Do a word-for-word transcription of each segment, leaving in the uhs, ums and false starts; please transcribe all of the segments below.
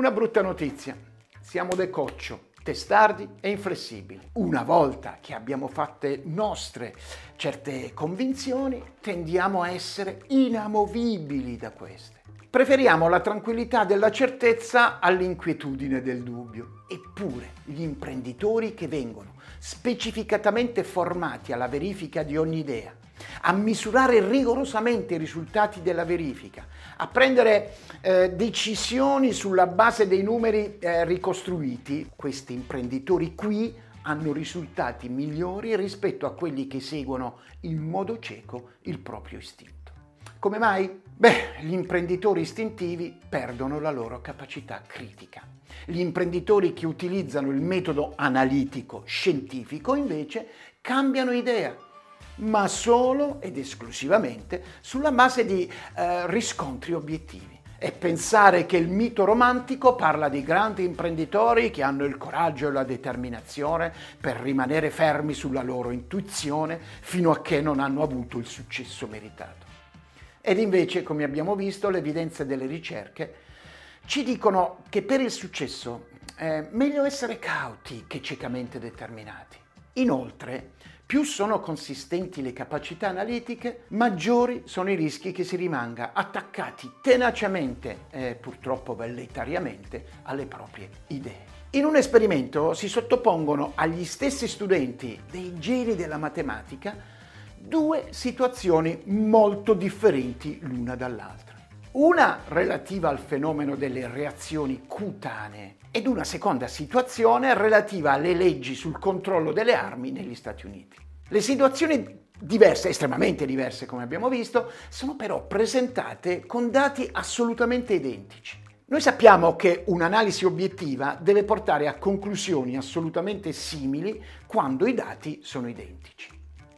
Una brutta notizia, siamo decoccio, testardi e inflessibili. Una volta che abbiamo fatte nostre certe convinzioni, tendiamo a essere inamovibili da queste. Preferiamo la tranquillità della certezza all'inquietudine del dubbio. Eppure gli imprenditori che vengono specificatamente formati alla verifica di ogni idea, a misurare rigorosamente i risultati della verifica, a prendere eh, decisioni sulla base dei numeri eh, ricostruiti, questi imprenditori qui hanno risultati migliori rispetto a quelli che seguono in modo cieco il proprio istinto. Come mai? Beh, gli imprenditori istintivi perdono la loro capacità critica. Gli imprenditori che utilizzano il metodo analitico scientifico invece cambiano idea, ma solo ed esclusivamente sulla base di eh, riscontri obiettivi. E pensare che il mito romantico parla di grandi imprenditori che hanno il coraggio e la determinazione per rimanere fermi sulla loro intuizione fino a che non hanno avuto il successo meritato. Ed invece, come abbiamo visto, le evidenze delle ricerche ci dicono che per il successo è meglio essere cauti che ciecamente determinati. Inoltre, più sono consistenti le capacità analitiche, maggiori sono i rischi che si rimanga attaccati tenacemente e purtroppo velleitariamente alle proprie idee. In un esperimento si sottopongono agli stessi studenti dei geni della matematica due situazioni molto differenti l'una dall'altra. Una relativa al fenomeno delle reazioni cutanee ed una seconda situazione relativa alle leggi sul controllo delle armi negli Stati Uniti. Le situazioni diverse, estremamente diverse come abbiamo visto, sono però presentate con dati assolutamente identici. Noi sappiamo che un'analisi obiettiva deve portare a conclusioni assolutamente simili quando i dati sono identici.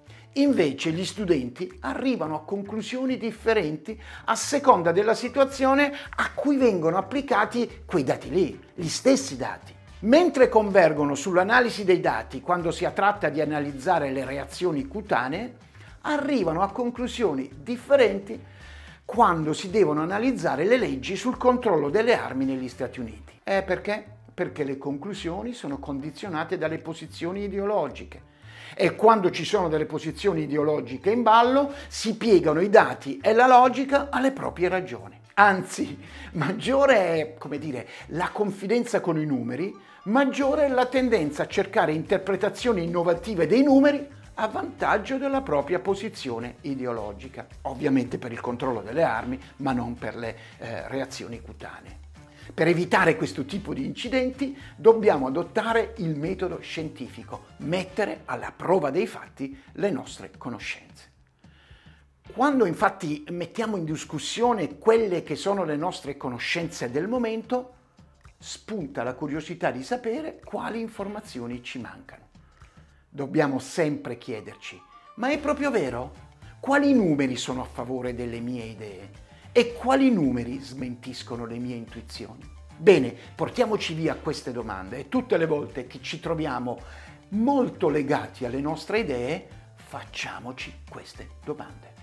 Invece gli studenti arrivano a conclusioni differenti a seconda della situazione a cui vengono applicati quei dati lì, gli stessi dati. Mentre convergono sull'analisi dei dati quando si tratta di analizzare le reazioni cutanee, arrivano a conclusioni differenti quando si devono analizzare le leggi sul controllo delle armi negli Stati Uniti. E perché? Perché le conclusioni sono condizionate dalle posizioni ideologiche. E quando ci sono delle posizioni ideologiche in ballo, si piegano i dati e la logica alle proprie ragioni. Anzi, maggiore è, come dire, la confidenza con i numeri, maggiore è la tendenza a cercare interpretazioni innovative dei numeri a vantaggio della propria posizione ideologica. Ovviamente per il controllo delle armi, ma non per le eh, reazioni cutanee. Per evitare questo tipo di incidenti dobbiamo adottare il metodo scientifico, mettere alla prova dei fatti le nostre conoscenze. Quando infatti mettiamo in discussione quelle che sono le nostre conoscenze del momento, spunta la curiosità di sapere quali informazioni ci mancano. Dobbiamo sempre chiederci, ma è proprio vero? Quali numeri sono a favore delle mie idee? E quali numeri smentiscono le mie intuizioni? Bene, portiamoci via queste domande e tutte le volte che ci troviamo molto legati alle nostre idee, facciamoci queste domande.